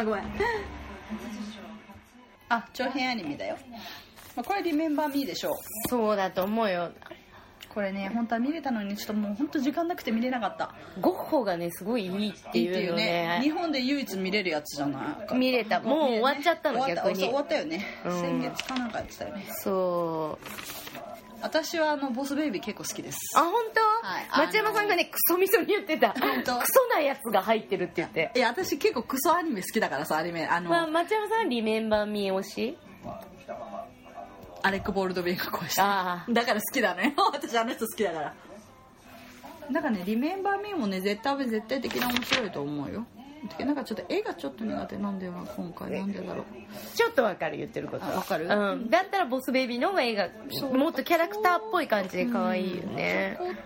S1: あ、長編アニメだよ。これリメンバーミーでしょう。
S2: そうだと思うよ。
S1: これね、本当は見れたのにちょっともう本当時間なくて見れなかった。
S2: ゴッホがねすごいいいっていうよね。
S1: 日本で唯一見れるやつじゃない。
S2: 見れた。もう終わっちゃったの、逆に。
S1: 終わったよね、先月かなんかやってたよね。
S2: そう。
S1: 私はボスベイビー結構好きです。
S2: あ、本当？はい、松山さんがねクソみそに言ってた。本当。クソなやつが入ってるって言って。
S1: いや、私結構クソアニメ好きだからさ、アニメ
S2: 松山さんリメンバーミー推し？
S1: アレック・ボールドウェイがこうした。だから好きだね。私あの人好きだから。だからね、リメンバーミーもね絶対的に面白いと思うよ。なんかちょっと絵がちょっと苦手なんだよな今回。なんでだろう。
S2: ちょっとわかる、言ってること。
S1: わかる。
S2: うん。だったらボスベイビーの方が絵がもっとキャラクターっぽい感じで可愛いよね。
S1: ちょっ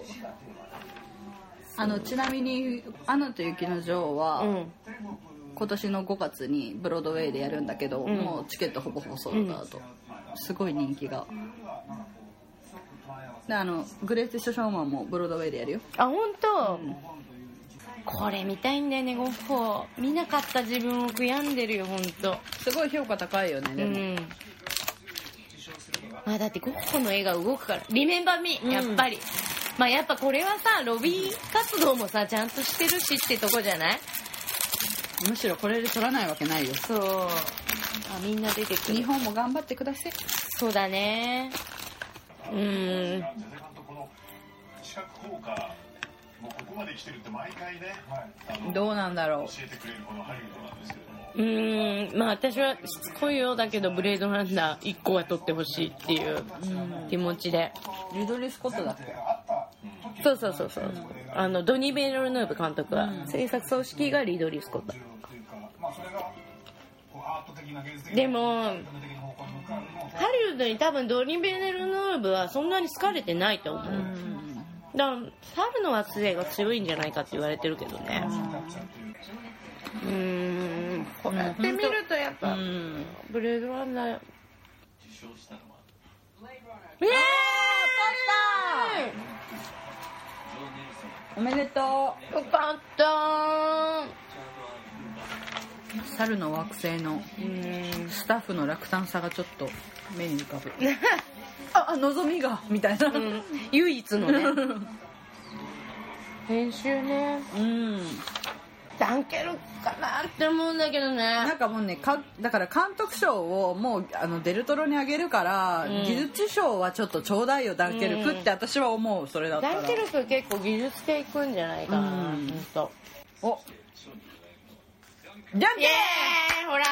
S1: とちなみにアナと雪の女王は、今年の5月にブロードウェイでやるんだけど、もうチケットほぼほぼソールドアウト。すごい人気が。でグレイテストショーマンもブロードウェイでやるよ。
S2: あ、本当。これ見たいんだよね、ゴッホ。見なかった自分を悔やんでるよ、本当。
S1: すごい評価高いよね、でも。
S2: だってゴッホの絵が動くから。リメンバーミー、やっぱり。やっぱこれはさ、ロビー活動もさちゃんとしてるしってとこじゃない？
S1: むしろこれで撮らないわけないよ。
S2: そう。みんな出てくる。
S1: 日本も頑張ってください。
S2: そうだね。
S1: どうなんだろう。
S2: 私はしつこいようだけどブレードランナー1個は撮ってほしいっていう気持ちで。
S1: リドリー・スコットだっけ？
S2: そう。ドニー・ベルヌーブ監督は、制作組織がリドリー・スコット。でもハリウッドに多分ドニー・ベルヌーブはそんなに好かれてないと思う。だから猿の惑星が強いんじゃないかって言われてるけどね。こうやって見るとやっぱブレードランナー。
S1: おめでとう。
S2: よかった。
S1: 猿の惑星のスタッフの落胆さがちょっと目に浮かぶ。のぞみがみたいな、
S2: 唯一のね編集ね。ダンケルかなって思うんだけどね。
S1: なんかもうね、だから監督賞をもうデルトロにあげるから、技術賞はちょっとちょうだいよダンケルクって私は思う。それだったら
S2: ダンケルク結構技術系いくんじゃないかな。おじゃんけん、ほら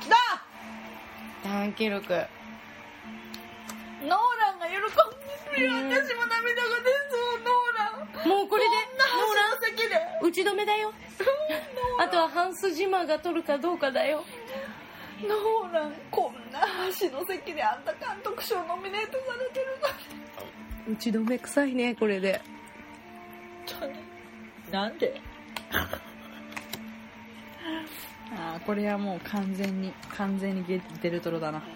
S2: ダンケルク。ノーランが喜んでるよ。私も涙が出そう。ノーランもうこれでノーラン席で打ち止めだよ。あとはハンス・ジマーが取るかどうかだよ。
S1: ノーランこんな端の席であんた監督賞ノミネートされてる
S2: の。打ち止め臭いねこれで。
S1: なんでこれはもう完全にデルトロだな。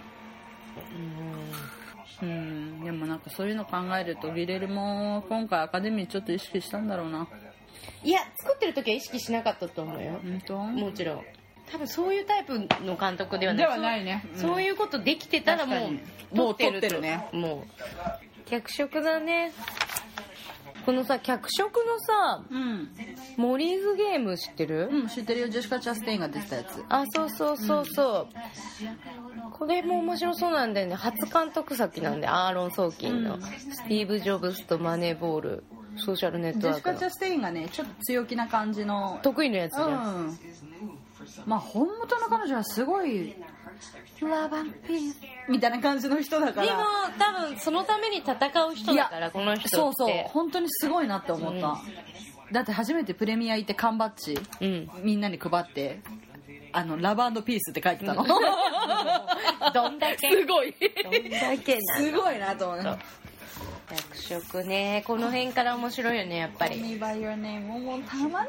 S1: でもなんかそういうの考えるとギレルも今回アカデミーちょっと意識したんだろうな。
S2: いや作ってる時は意識しなかったと思うよ。もちろん多分そういうタイプの監督ではない
S1: ね。
S2: そういうことできてたらもう撮ってるね。もう脚色だね。このさ脚色のさ、モリーズゲーム知ってる？
S1: 知ってるよ。ジェシカ・チャステインが出てたやつ。
S2: そう、これも面白そうなんだよね。初監督作なんで、アーロン・ソーキンの、スティーブ・ジョブズとマネーボール、ソーシャルネットワークの。
S1: ジェシカ・チャステインがねちょっと強気な感じの
S2: 得意なやつじゃ
S1: ん。本元の彼女はすごいラバンピースみたいな感じの人だから。
S2: でも多分そのために戦う人だからこの人って。
S1: そう本当にすごいなって思った、だって初めてプレミア行って缶バッジ、みんなに配ってラブ&ピースって書いてたの。
S2: どんだけ
S1: すごい
S2: どんだけ
S1: すごいなと思うね。
S2: 役職ね、この辺から面白いよねやっぱり。
S1: Call me by your name もうたまね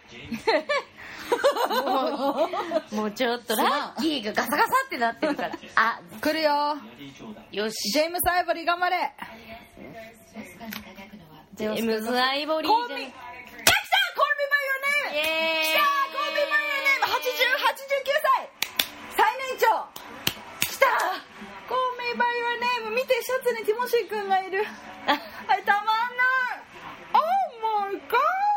S2: もうちょっとラッキーがガサガサってなってるから。
S1: 来るよ。
S2: よし、
S1: ジェームス・アイボリー頑張れ。
S2: ジェームズ・アイボリーじゃん。
S1: 来た Call me by your name
S2: イエーイ。
S1: 来た Call me by your name 89歳最年長来た Call me by your name 見てシャツにティモシー君がいるあれたまんない Oh my god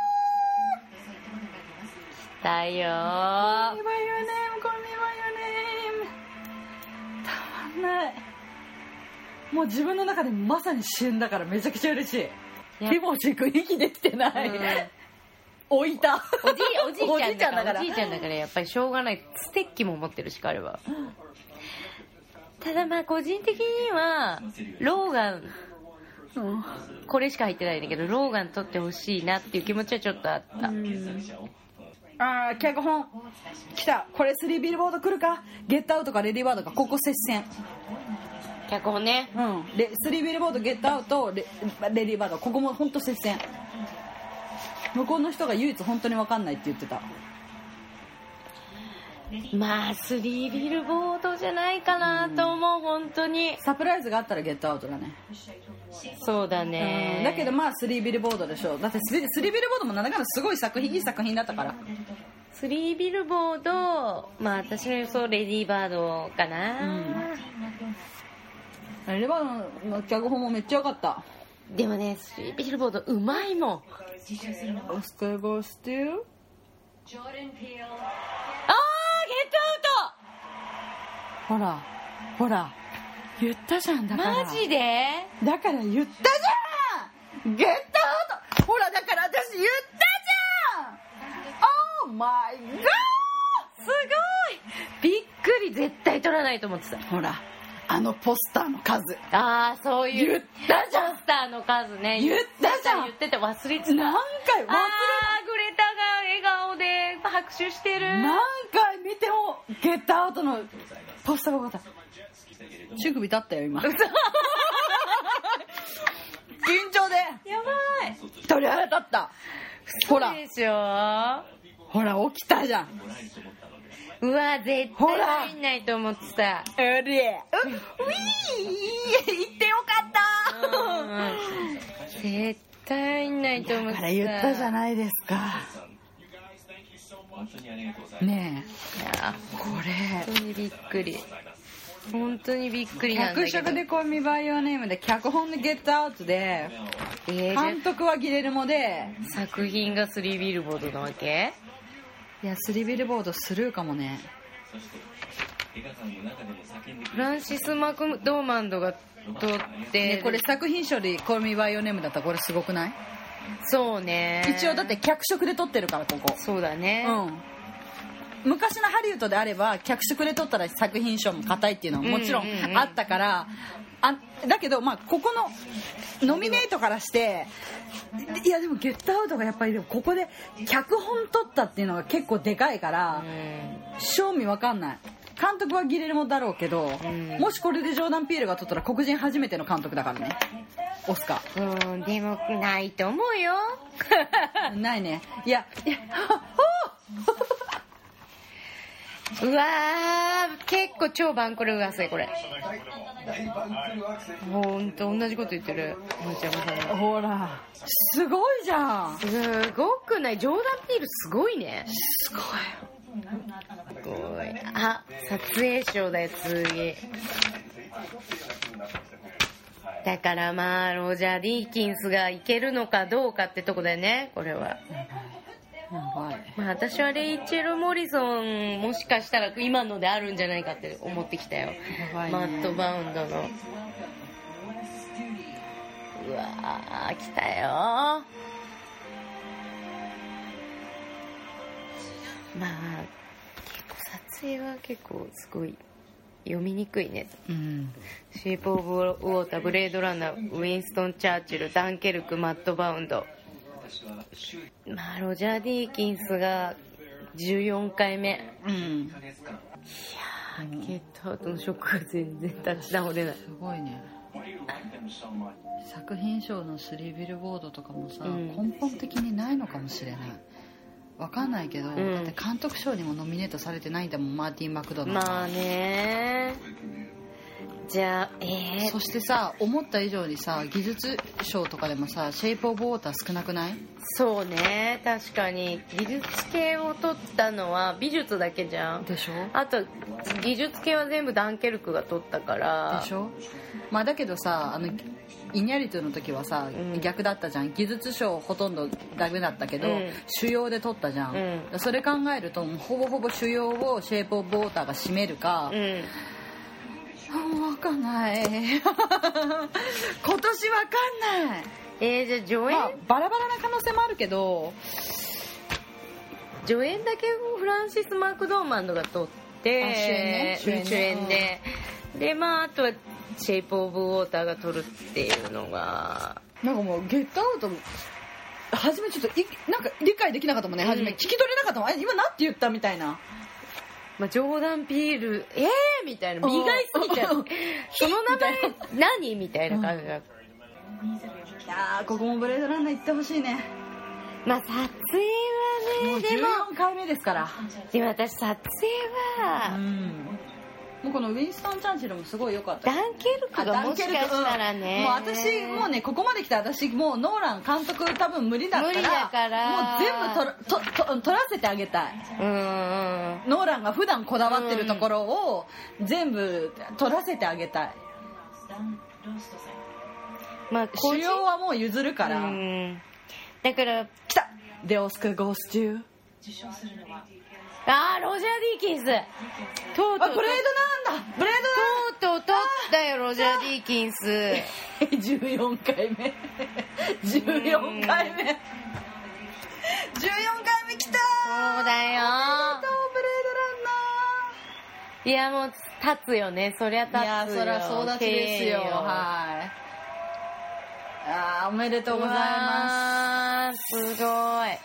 S2: 来たよ
S1: Call me by your name Call me by your name たまんないもう自分の中でまさに旬だからめちゃくちゃ嬉しいティモシー君息できてない、置いた
S2: おじいちゃんだからやっぱりしょうがない。ステッキも持ってるし彼は。ただまあ個人的にはローガン、これしか入ってないんだけどローガン取ってほしいなっていう気持ちはちょっとあった。
S1: 脚本来た。これ3ビルボード来るか。ゲットアウトかレディーバードか。ここ接戦。
S2: 脚本ね。
S1: 3ビルボードゲットアウト レディーバード、ここも本当接戦。向こうの人が唯一本当に分かんないって言ってた。
S2: まあ3ビルボードじゃないかなと思う。本当に
S1: サプライズがあったらゲットアウトだね。
S2: そうだね。
S1: だけどまあ3ビルボードでしょ。だって3ビルボードもなんだかんだすごい作品、いい作品だったから。
S2: 3ビルボード、まあ私の予想レディーバードかな。
S1: レディーバードの脚本もめっちゃ良かった。
S2: でもね3ビルボードうまいもん。
S1: ステゴスティルほらほら言ったじゃん。だから
S2: マジで
S1: だから言ったじゃんゲットアウト。ほらだから私言ったじゃん Oh my god
S2: すごいびっくり。絶対取らないと思ってた。
S1: ほらあのポスターの数。
S2: ああそういう
S1: 言ったじゃん。
S2: ポスターの数ね。
S1: 言ったじゃん。
S2: 言ってて忘れてた。
S1: 何回忘れた。
S2: グレタが笑顔で拍手してる。
S1: 何回見てもゲットアウトのポスターが分かった。乳首立ったよ今緊張で
S2: やばい
S1: 鳥肌立った。ほら
S2: そうでしょ。
S1: ほら起きたじゃん。
S2: うわ絶対入んないと思ってた。
S1: ウィー言ってよかった
S2: 絶対入んないと思ってた。
S1: だから言ったじゃないですかねえ。
S2: いや
S1: これ
S2: 本当にびっくり。本当にびっくりなんだけど。
S1: 脚色でコミバイオネームで脚本でゲットアウトで監督はギレルモで
S2: 作品が3ビルボードなわけ。
S1: いや3ビルボードスルーかもね。
S2: フランシス・マクドーマンドが撮って、
S1: ね、これ作品賞でコミバイオネームだったらこれすごくない？
S2: そうね。
S1: 一応だって脚色で撮ってるからここ。
S2: そうだね。
S1: 昔のハリウッドであれば脚色で撮ったら作品賞も硬いっていうのはもちろんあったから、だけどまあここのノミネートからしていやでもゲットアウトがやっぱりでもここで脚本撮ったっていうのが結構でかいから賞味わかんない。監督はギレルモだろうけど、もしこれでジョーダン・ピエールが撮ったら黒人初めての監督だからねオスカ
S2: ー。でもないと思うよ
S1: ないね。いや
S2: うわー結構超番狂うわせこれ。ほんと同じこと言ってる。
S1: ほらすごいじゃん。
S2: すごくない？ジョーダン・ピールすごいね。
S1: すごい
S2: すごい。あ撮影賞だよ次。だからまあロジャー・ディーキンスがいけるのかどうかってとこだよねこれは。まあ、私はレイチェル・モリソンもしかしたら今のであるんじゃないかって思ってきたよ、マットバウンドの。うわー来たよ。まあ結構撮影は結構すごい読みにくいね、シェイプ・オブ・ウォーター、ブレードランナー、ウィンストン・チャーチル、ダンケルク、マットバウンド。まあロジャー・ディーキンスが14回目、いやーゲットアウトのショックが全然立ち直れない。
S1: すごいね。作品賞の3ビルボードとかもさ、根本的にないのかもしれない。わかんないけど、だって監督賞にもノミネートされてないんだもんマーティン・マクドナルド。
S2: まあねじゃあ
S1: そしてさ、思った以上にさ、技術賞とかでもさ、シェイプオブウォーター少なくない？
S2: そうね、確かに技術系を取ったのは美術だけじゃん。
S1: でしょ。
S2: あと技術系は全部ダンケルクが取ったから。で
S1: しょ。まあだけどさ、イニャリトゥの時はさ、逆だったじゃん。技術賞ほとんどダメだったけど、主要で取ったじゃん、それ考えるとほぼほぼ主要をシェイプオブウォーターが占めるか、分かんない今年分かんない。
S2: じゃあ助演、
S1: バラバラな可能性もあるけど、
S2: 助演だけフランシス・マクドーマンドが取って主演で、まああとはシェイプオブウォーターが取るっていうのが、
S1: なんかもうゲットアウト初めちょっとなんか理解できなかったもんね、初め聞き取れなかったもん。今なんて言ったみたいな。
S2: まあ、ジョーダン・ピールみたいな、意外すぎちゃうその名前何みたいな感じだ、い
S1: やここもブレードランナー行ってほしいね。
S2: まあ撮影はね、
S1: もう14回目ですから。
S2: でも私撮影は、
S1: もうこのウィンストン・チャーチルもすごい良かった。
S2: ダンケルクがもしかしたらね、
S1: もう私もうね、ここまで来た私もうノーラン監督多分無理だからもう全部撮らせてあげたい。ノーランが普段こだわってるところを全部撮らせてあげたい。
S2: まあ
S1: 主要はもう譲るから。
S2: だから
S1: 来たデオスカゴースチュー。
S2: ロジャー・ディーキンス
S1: ブレードなんだ。ブレー
S2: ドとうとう取ったよロジャー・ディーキンス
S1: 14回目14回目来た。
S2: そうだよ。
S1: ブレ
S2: いやもう立つよね、そりゃ立つよ。いや
S1: そりゃそうだちですよ。はい。おめでとうございます。
S2: すごい。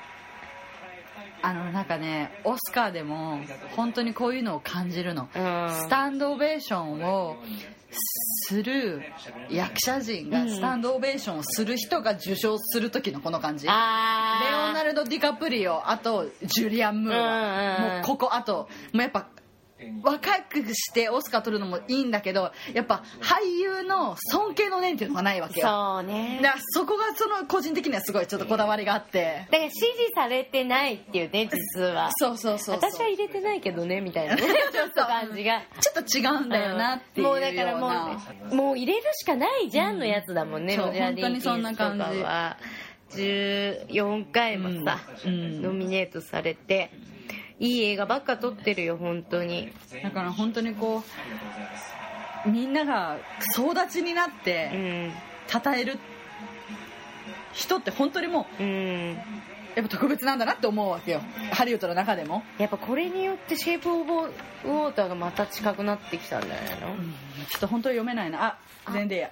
S1: なんかね、オスカーでも本当にこういうのを感じるの、スタンドオベーションをする役者陣がスタンドオベーションをする人が受賞する時のこの感じ、レオナルド・ディカプリオ、あとジュリアン・ムーア、もうここ、あともうやっぱ若くしてオスカー取るのもいいんだけど、やっぱ俳優の尊敬の念っていうのがないわけよ。
S2: そうね。
S1: だからそこがその個人的にはすごいちょっとこだわりがあって、
S2: だから支持されてないっていうね、実は。
S1: そう
S2: 私は入れてないけどねみたいなねちょっと感じが
S1: ちょっと違うんだよなっていうような、
S2: もうだからもう入れるしかないじゃんのやつだもんね、ロジャー・ディーキンスとかは14回もさ、ノミネートされて、いい映画ばっか撮ってるよ本当に。
S1: だから本当にこうみんなが総立ちになって称える人って本当にもう、やっぱ特別なんだなって思うわけよ、ハリウッドの中でも。
S2: やっぱこれによってシェイプオブウォーターがまた近くなってきたんじゃないの、
S1: ちょっと本当に読めないな。全然や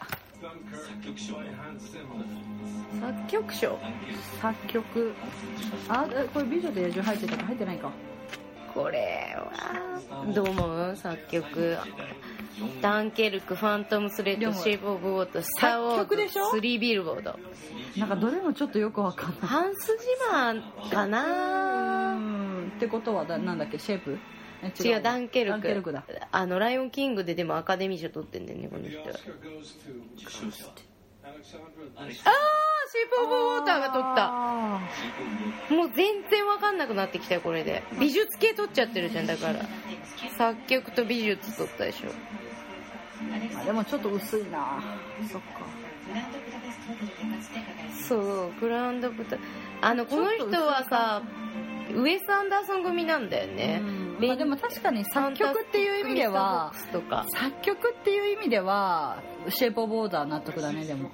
S2: 作曲賞、
S1: 作曲、これ美女と野獣入ってたか入ってないか。
S2: これはどう思う？作曲ダンケルク、ファントムスレッド、シェイプオブウォーター、スターウォーズ、スリービルボード。
S1: なんかどれもちょっとよくわかんない。
S2: ハンス・ジマーかな
S1: ってことはなんだっけ、シェイプ？
S2: 違う、ダンケルク。
S1: ダンケルクだ。
S2: ライオンキングででもアカデミー賞取ってんだよね、この人は。シェイプオブウォーターが取った。もう全然分かんなくなってきたよこれで。美術系取っちゃってるじゃん。だから作曲と美術取ったでしょ。
S1: でもちょっと薄いな。そっか。
S2: そう、グランドブタ、この人はさウエス・アンダーソン組なんだよね。
S1: でも確かに作曲っていう意味では作曲っていう意味ではシェイプオブウォーター納得だね。でも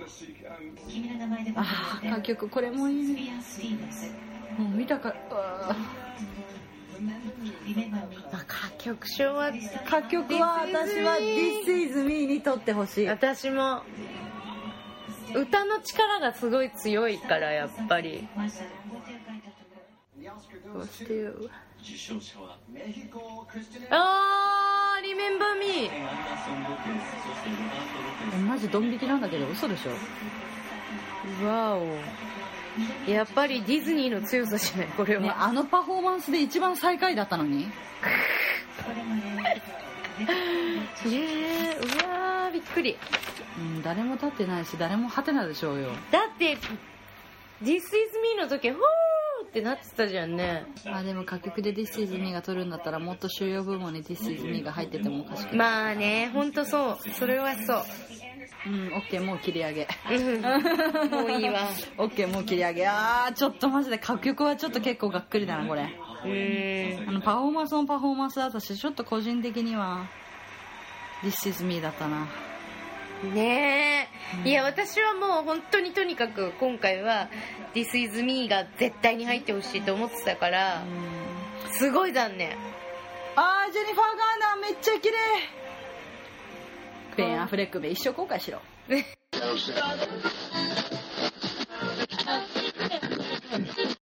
S1: 楽曲これもいいね。もう見たか
S2: 楽曲賞は
S1: 私は This is me にとってほしい。
S2: 私も歌の力がすごい強いからやっぱり。リメンバーミー。
S1: マジドン引きなんだけど嘘でしょ。
S2: わお、やっぱりディズニーの強さじゃないこれは、
S1: ね、パフォーマンスで一番最下位だったのに
S2: うわびっくり。
S1: 誰も立ってないし誰もハテナでしょうよ。
S2: だって「This is me」の時ほーってなってたじゃんね。
S1: でも歌曲で This is me が取るんだったらもっと主要部門に This is me が入っててもおかしくない。
S2: まあね、ほんとそう、それはそう。
S1: OK、もう切り上げ。
S2: もういいわ。
S1: OK、もう切り上げ。ちょっとマジで歌曲はちょっと結構がっくりだなこれ。パフォーマンスもパフォーマンスだったし、ちょっと個人的には This is me だったな。
S2: ねえ、いや私はもう本当にとにかく今回は This is me が絶対に入ってほしいと思ってたから、すごい残念。
S1: ジェニファー・ガーナーめっちゃ綺麗。ベン・アフレックで一生後悔しろ。